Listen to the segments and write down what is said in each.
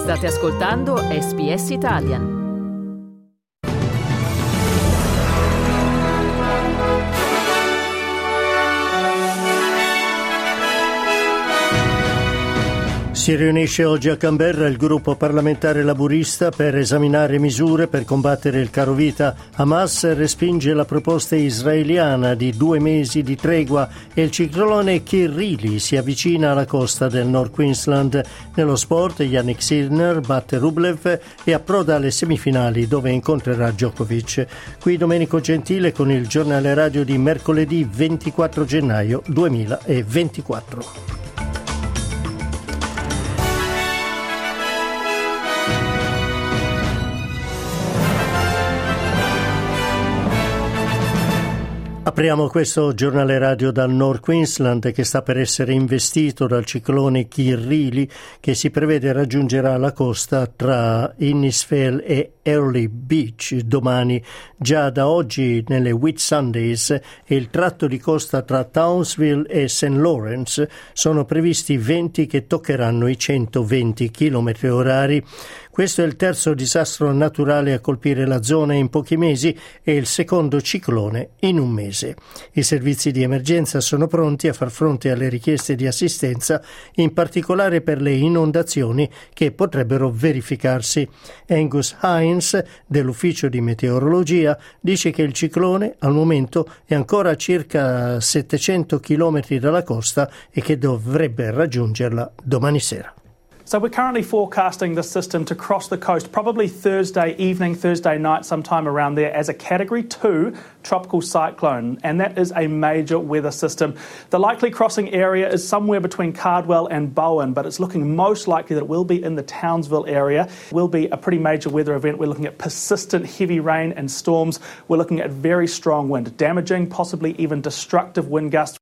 State ascoltando SBS Italian. Si riunisce oggi a Canberra il gruppo parlamentare laburista per esaminare misure per combattere il carovita. Hamas respinge la proposta israeliana di 2 mesi di tregua e il ciclone Kirrili si avvicina alla costa del North Queensland. Nello sport Yannick Sinner batte Rublev e approda alle semifinali dove incontrerà Djokovic. Qui Domenico Gentile con il giornale radio di mercoledì 24 gennaio 2024. Apriamo questo giornale radio dal North Queensland che sta per essere investito dal ciclone Kirrili che si prevede raggiungerà la costa tra Innisfail e Early Beach domani. Già da oggi nelle Whitsundays e il tratto di costa tra Townsville e St. Lawrence sono previsti venti che toccheranno i 120 km/h. Questo è il terzo disastro naturale a colpire la zona in pochi mesi e il secondo ciclone in un mese. I servizi di emergenza sono pronti a far fronte alle richieste di assistenza, in particolare per le inondazioni che potrebbero verificarsi. Angus Hines, dell'Ufficio di Meteorologia, dice che il ciclone al momento è ancora a circa 700 km dalla costa e che dovrebbe raggiungerla domani sera. So we're currently forecasting this system to cross the coast probably Thursday evening, Thursday night, sometime around there as a Category 2 tropical cyclone, and that is a major weather system. The likely crossing area is somewhere between Cardwell and Bowen, but it's looking most likely that it will be in the Townsville area. It will be a pretty major weather event. We're looking at persistent heavy rain and storms. We're looking at very strong wind, damaging, possibly even destructive wind gusts.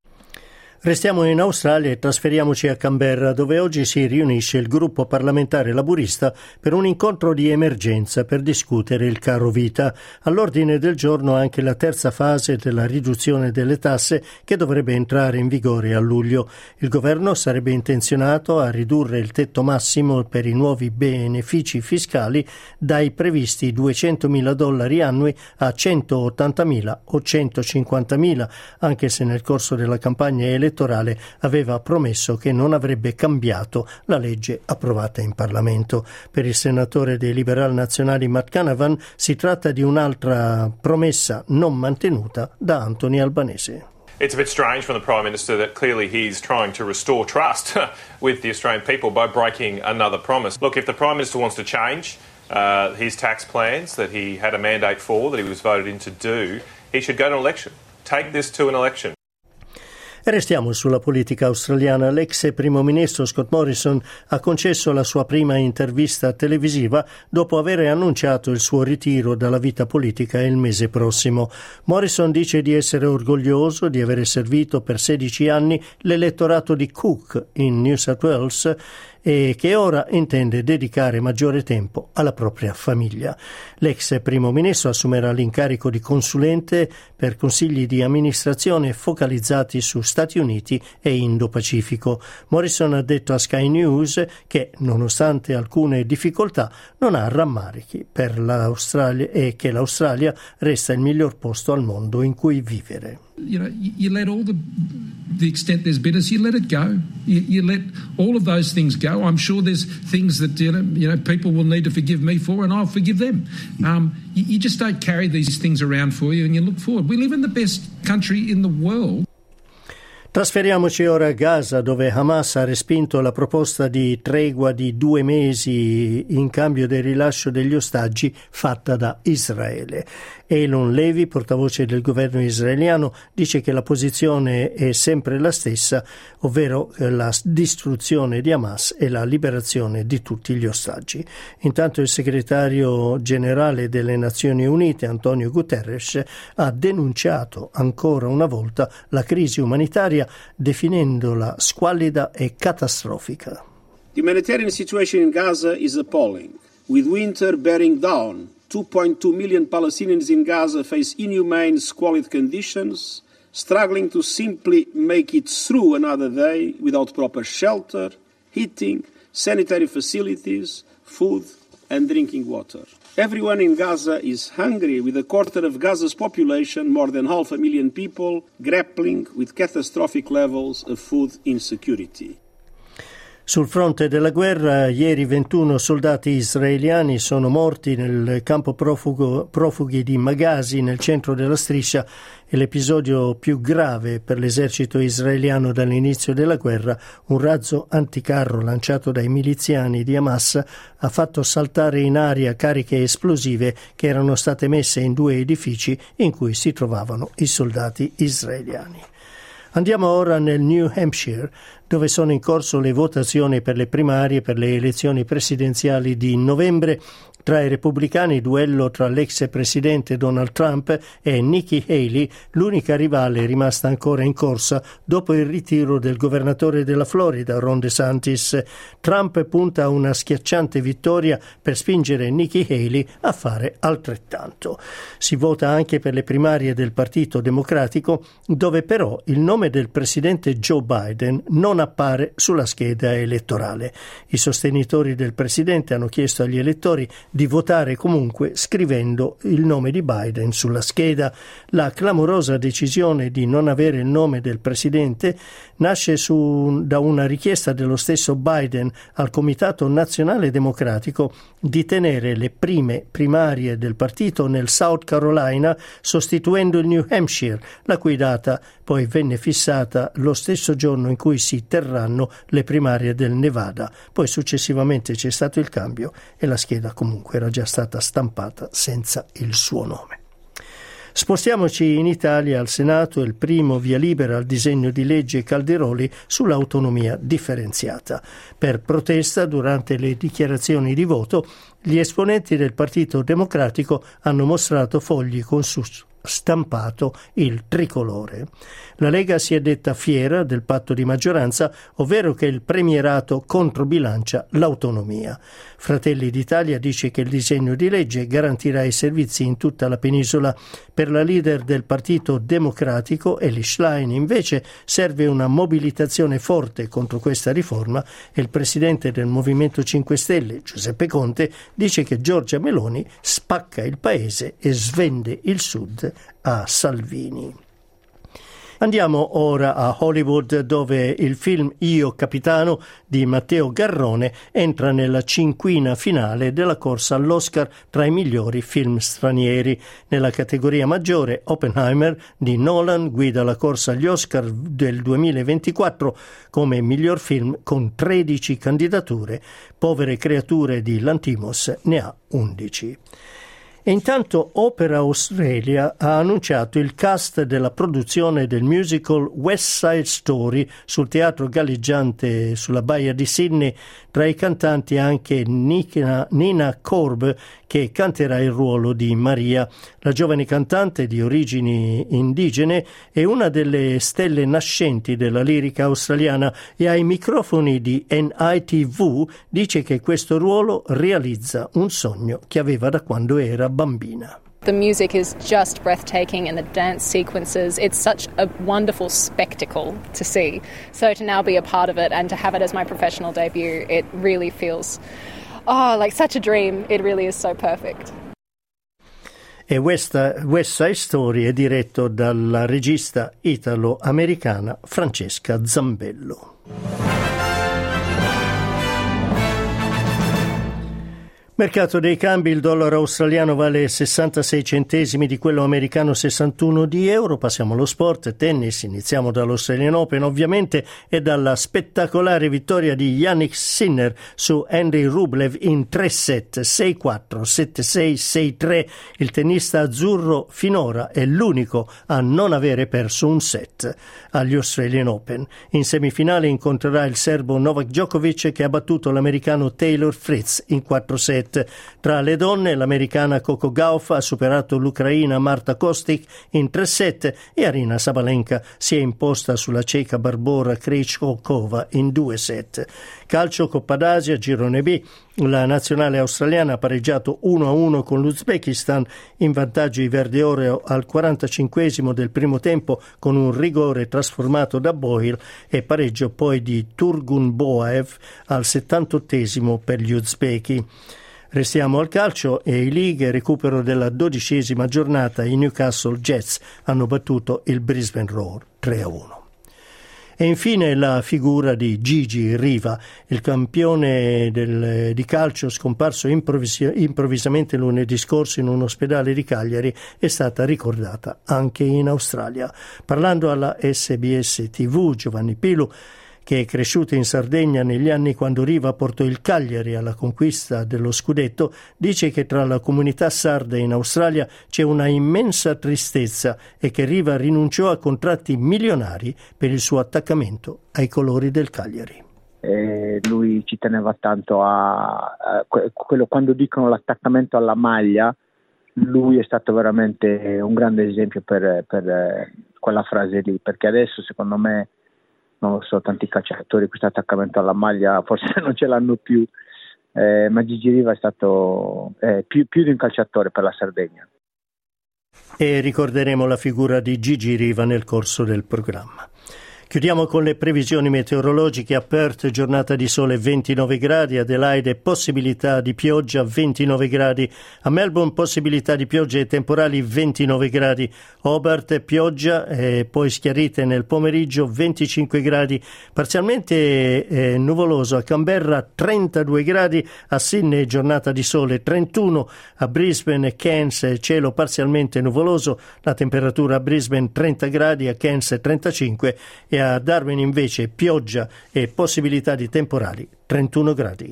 Restiamo in Australia e trasferiamoci a Canberra, dove oggi si riunisce il gruppo parlamentare laburista per un incontro di emergenza per discutere il caro vita. All'ordine del giorno anche la terza fase della riduzione delle tasse che dovrebbe entrare in vigore a luglio. Il governo sarebbe intenzionato a ridurre il tetto massimo per i nuovi benefici fiscali dai previsti $200.000 annui a $180.000 o $150.000, anche se nel corso della campagna elettorale aveva promesso che non avrebbe cambiato la legge approvata in Parlamento. Per il senatore dei Liberal Nazionali Matt Canavan si tratta di un'altra promessa non mantenuta da Anthony Albanese. It's a bit strange from the Prime Minister that clearly he's trying to restore trust with the Australian people by breaking another promise. Look, if the Prime Minister wants to change his tax plans that he had a mandate for, that he was voted in to do, he should go to an election. Take this to an election. Restiamo sulla politica australiana. L'ex primo ministro Scott Morrison ha concesso la sua prima intervista televisiva dopo aver annunciato il suo ritiro dalla vita politica il mese prossimo. Morrison dice di essere orgoglioso di aver servito per 16 anni l'elettorato di Cook in New South Wales e che ora intende dedicare maggiore tempo alla propria famiglia. L'ex primo ministro assumerà l'incarico di consulente per consigli di amministrazione focalizzati su Stati Uniti e Indo-Pacifico. Morrison ha detto a Sky News che, nonostante alcune difficoltà, non ha rammarichi per l'Australia e che l'Australia resta il miglior posto al mondo in cui vivere. You know, you let all the extent there's bitterness, you let it go. You let all of those things go. I'm sure there's things that you know people will need to forgive me for, and I'll forgive them. You just don't carry these things around for you, and you look forward. We live in the best country in the world. Trasferiamoci ora a Gaza, dove Hamas ha respinto la proposta di tregua di 2 mesi in cambio del rilascio degli ostaggi fatta da Israele. Elon Levy, portavoce del governo israeliano, dice che la posizione è sempre la stessa, ovvero la distruzione di Hamas e la liberazione di tutti gli ostaggi. Intanto il segretario generale delle Nazioni Unite, Antonio Guterres, ha denunciato ancora una volta la crisi umanitaria, definendola squallida e catastrofica. The humanitarian situation in Gaza is appalling, with winter bearing down. 2.2 million Palestinians in Gaza face inhumane, squalid conditions, struggling to simply make it through another day without proper shelter, heating, sanitary facilities, food and drinking water. Everyone in Gaza is hungry, with a quarter of Gaza's population, more than 500,000 people, grappling with catastrophic levels of food insecurity. Sul fronte della guerra, ieri 21 soldati israeliani sono morti nel campo profughi di Maghazi, nel centro della striscia, e l'episodio più grave per l'esercito israeliano dall'inizio della guerra, un razzo anticarro lanciato dai miliziani di Hamas ha fatto saltare in aria cariche esplosive che erano state messe in 2 edifici in cui si trovavano i soldati israeliani. Andiamo ora nel New Hampshire, dove sono in corso le votazioni per le primarie per le elezioni presidenziali di novembre. Tra i repubblicani, duello tra l'ex presidente Donald Trump e Nikki Haley, l'unica rivale rimasta ancora in corsa dopo il ritiro del governatore della Florida, Ron DeSantis. Trump punta a una schiacciante vittoria per spingere Nikki Haley a fare altrettanto. Si vota anche per le primarie del Partito Democratico, dove però il nome del presidente Joe Biden non appare sulla scheda elettorale. I sostenitori del presidente hanno chiesto agli elettori di votare comunque scrivendo il nome di Biden sulla scheda. La clamorosa decisione di non avere il nome del presidente nasce da una richiesta dello stesso Biden al Comitato Nazionale Democratico di tenere le prime primarie del partito nel South Carolina, sostituendo il New Hampshire, la cui data poi venne fissata lo stesso giorno in cui si terranno le primarie del Nevada. Poi successivamente c'è stato il cambio e la scheda comunque era già stata stampata senza il suo nome. Spostiamoci in Italia. Al Senato il primo via libera al disegno di legge Calderoli sull'autonomia differenziata. Per protesta, durante le dichiarazioni di voto, gli esponenti del Partito Democratico hanno mostrato fogli con su stampato il tricolore. La Lega si è detta fiera del patto di maggioranza, ovvero che il premierato controbilancia l'autonomia. Fratelli d'Italia dice che il disegno di legge garantirà i servizi in tutta la penisola. Per la leader del Partito Democratico, Elly Schlein, invece serve una mobilitazione forte contro questa riforma e il presidente del Movimento 5 Stelle, Giuseppe Conte, dice che Giorgia Meloni spacca il paese e svende il Sud a Salvini. Andiamo ora a Hollywood, dove il film Io Capitano di Matteo Garrone entra nella cinquina finale della corsa all'Oscar tra i migliori film stranieri. Nella categoria maggiore, Oppenheimer di Nolan guida la corsa agli Oscar del 2024 come miglior film con 13 candidature. Povere creature di Lanthimos ne ha 11. E intanto Opera Australia ha annunciato il cast della produzione del musical West Side Story sul teatro galleggiante sulla baia di Sydney. Tra i cantanti anche Nina Korb, che canterà il ruolo di Maria. La giovane cantante di origini indigene è una delle stelle nascenti della lirica australiana e ai microfoni di NITV dice che questo ruolo realizza un sogno che aveva da quando era bambina. The music is just breathtaking and the dance sequences, it's such a wonderful spectacle to see. So to now be a part of it and to have it as my professional debut, it really feels, like such a dream. It really is so perfect. E West Side Story è diretto dalla regista italo-americana Francesca Zambello. Mercato dei cambi, il dollaro australiano vale 66 centesimi di quello americano, 61 di euro. Passiamo allo sport, tennis, iniziamo dall'Australian Open ovviamente e dalla spettacolare vittoria di Jannik Sinner su Henry Rublev in 3 set, 6-4, 7-6, 6-3. Il tennista azzurro finora è l'unico a non avere perso un set agli Australian Open. In semifinale incontrerà il serbo Novak Djokovic che ha battuto l'americano Taylor Fritz in 4 set. set. Tra le donne l'americana Coco Gauff ha superato l'ucraina Marta Kostic in 3 set e Aryna Sabalenka si è imposta sulla ceca Barbora Krejcikova in 2 set. Calcio Coppa d'Asia, girone B. La nazionale australiana ha pareggiato 1-1 con l'Uzbekistan, in vantaggio i verde-oro al 45esimo del primo tempo con un rigore trasformato da Boyle e pareggio poi di Turgunboaev al 78esimo per gli uzbeki. Restiamo al calcio e i League, recupero della 12ª giornata, i Newcastle Jets hanno battuto il Brisbane Roar 3-1. E infine la figura di Gigi Riva, il campione di calcio scomparso improvvisamente lunedì scorso in un ospedale di Cagliari, è stata ricordata anche in Australia. Parlando alla SBS TV, Giovanni Pilu, che è cresciuto in Sardegna negli anni quando Riva portò il Cagliari alla conquista dello scudetto, dice che tra la comunità sarda in Australia c'è una immensa tristezza e che Riva rinunciò a contratti milionari per il suo attaccamento ai colori del Cagliari. Lui ci teneva tanto a quello, quando dicono l'attaccamento alla maglia, lui è stato veramente un grande esempio per quella frase lì, perché adesso secondo me, non lo so, tanti calciatori questo attaccamento alla maglia forse non ce l'hanno più, ma Gigi Riva è stato più di un calciatore per la Sardegna. E ricorderemo la figura di Gigi Riva nel corso del programma. Chiudiamo con le previsioni meteorologiche. A Perth giornata di sole 29 gradi, Adelaide possibilità di pioggia 29 gradi, a Melbourne possibilità di piogge e temporali 29 gradi, Hobart pioggia e poi schiarite nel pomeriggio 25 gradi, parzialmente nuvoloso a Canberra 32 gradi, a Sydney giornata di sole 31, a Brisbane e Cairns cielo parzialmente nuvoloso, la temperatura a Brisbane 30 gradi, a Cairns 35 e a Darwin invece pioggia e possibilità di temporali 31 gradi.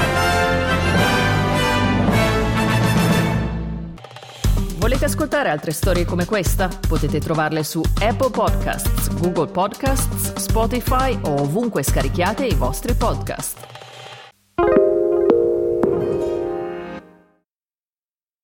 Volete ascoltare altre storie come questa? Potete trovarle su Apple Podcasts, Google Podcasts, Spotify o ovunque scarichiate i vostri podcast.